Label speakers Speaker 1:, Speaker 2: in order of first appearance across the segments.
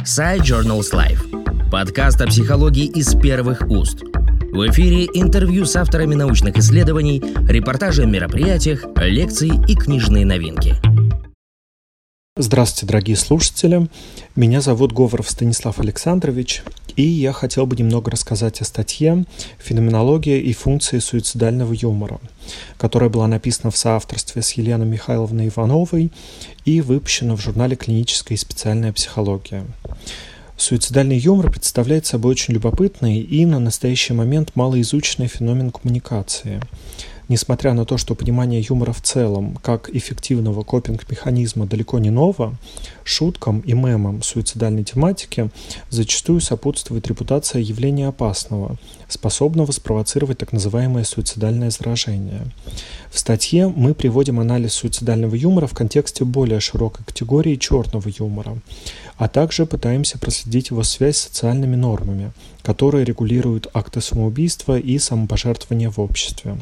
Speaker 1: Sci Journals Life. Подкаст о психологии из первых уст. В эфире интервью с авторами научных исследований, репортажи о мероприятиях, лекции и книжные новинки.
Speaker 2: Здравствуйте, дорогие слушатели. Меня зовут Говоров Станислав Александрович, и я хотел бы немного рассказать о статье «Феноменология и функции суицидального юмора», которая была написана в соавторстве с Еленой Михайловной Ивановой и выпущена в журнале «Клиническая и специальная психология». Суицидальный юмор представляет собой очень любопытный и на настоящий момент малоизученный феномен коммуникации. Несмотря на то, что понимание юмора в целом, как эффективного копинг-механизма, далеко не ново, шуткам и мемам суицидальной тематики зачастую сопутствует репутация явления опасного, способного спровоцировать так называемое суицидальное заражение. В статье мы приводим анализ суицидального юмора в контексте более широкой категории черного юмора, а также пытаемся проследить его связь с социальными нормами, которые регулируют акты самоубийства и самопожертвования в обществе.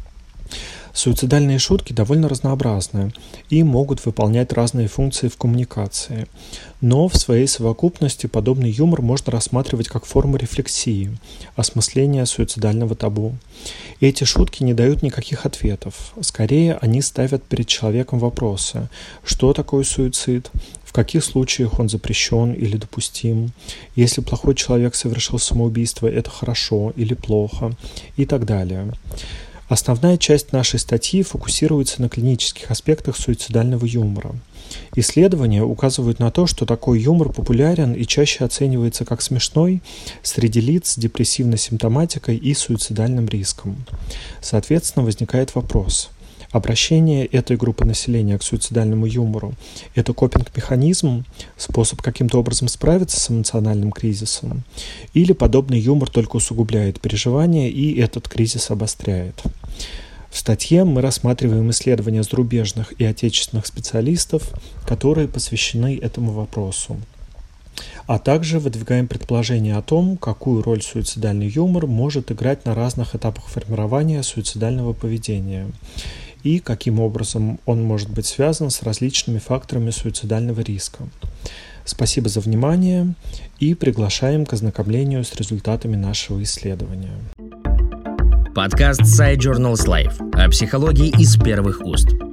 Speaker 2: Суицидальные шутки довольно разнообразны и могут выполнять разные функции в коммуникации. Но в своей совокупности подобный юмор можно рассматривать как форму рефлексии, осмысления суицидального табу. Эти шутки не дают никаких ответов. Скорее, они ставят перед человеком вопросы: что такое суицид, в каких случаях он запрещен или допустим, если плохой человек совершил самоубийство, это хорошо или плохо, и так далее. Основная часть нашей статьи фокусируется на клинических аспектах суицидального юмора. Исследования указывают на то, что такой юмор популярен и чаще оценивается как смешной среди лиц с депрессивной симптоматикой и суицидальным риском. Соответственно, возникает вопрос: обращение этой группы населения к суицидальному юмору – это копинг-механизм, способ каким-то образом справиться с эмоциональным кризисом? Или подобный юмор только усугубляет переживания и этот кризис обостряет? В статье мы рассматриваем исследования зарубежных и отечественных специалистов, которые посвящены этому вопросу. А также выдвигаем предположение о том, какую роль суицидальный юмор может играть на разных этапах формирования суицидального поведения и каким образом он может быть связан с различными факторами суицидального риска. Спасибо за внимание и приглашаем к ознакомлению с результатами нашего исследования.
Speaker 1: Подкаст Sci Journals Life о психологии из первых уст.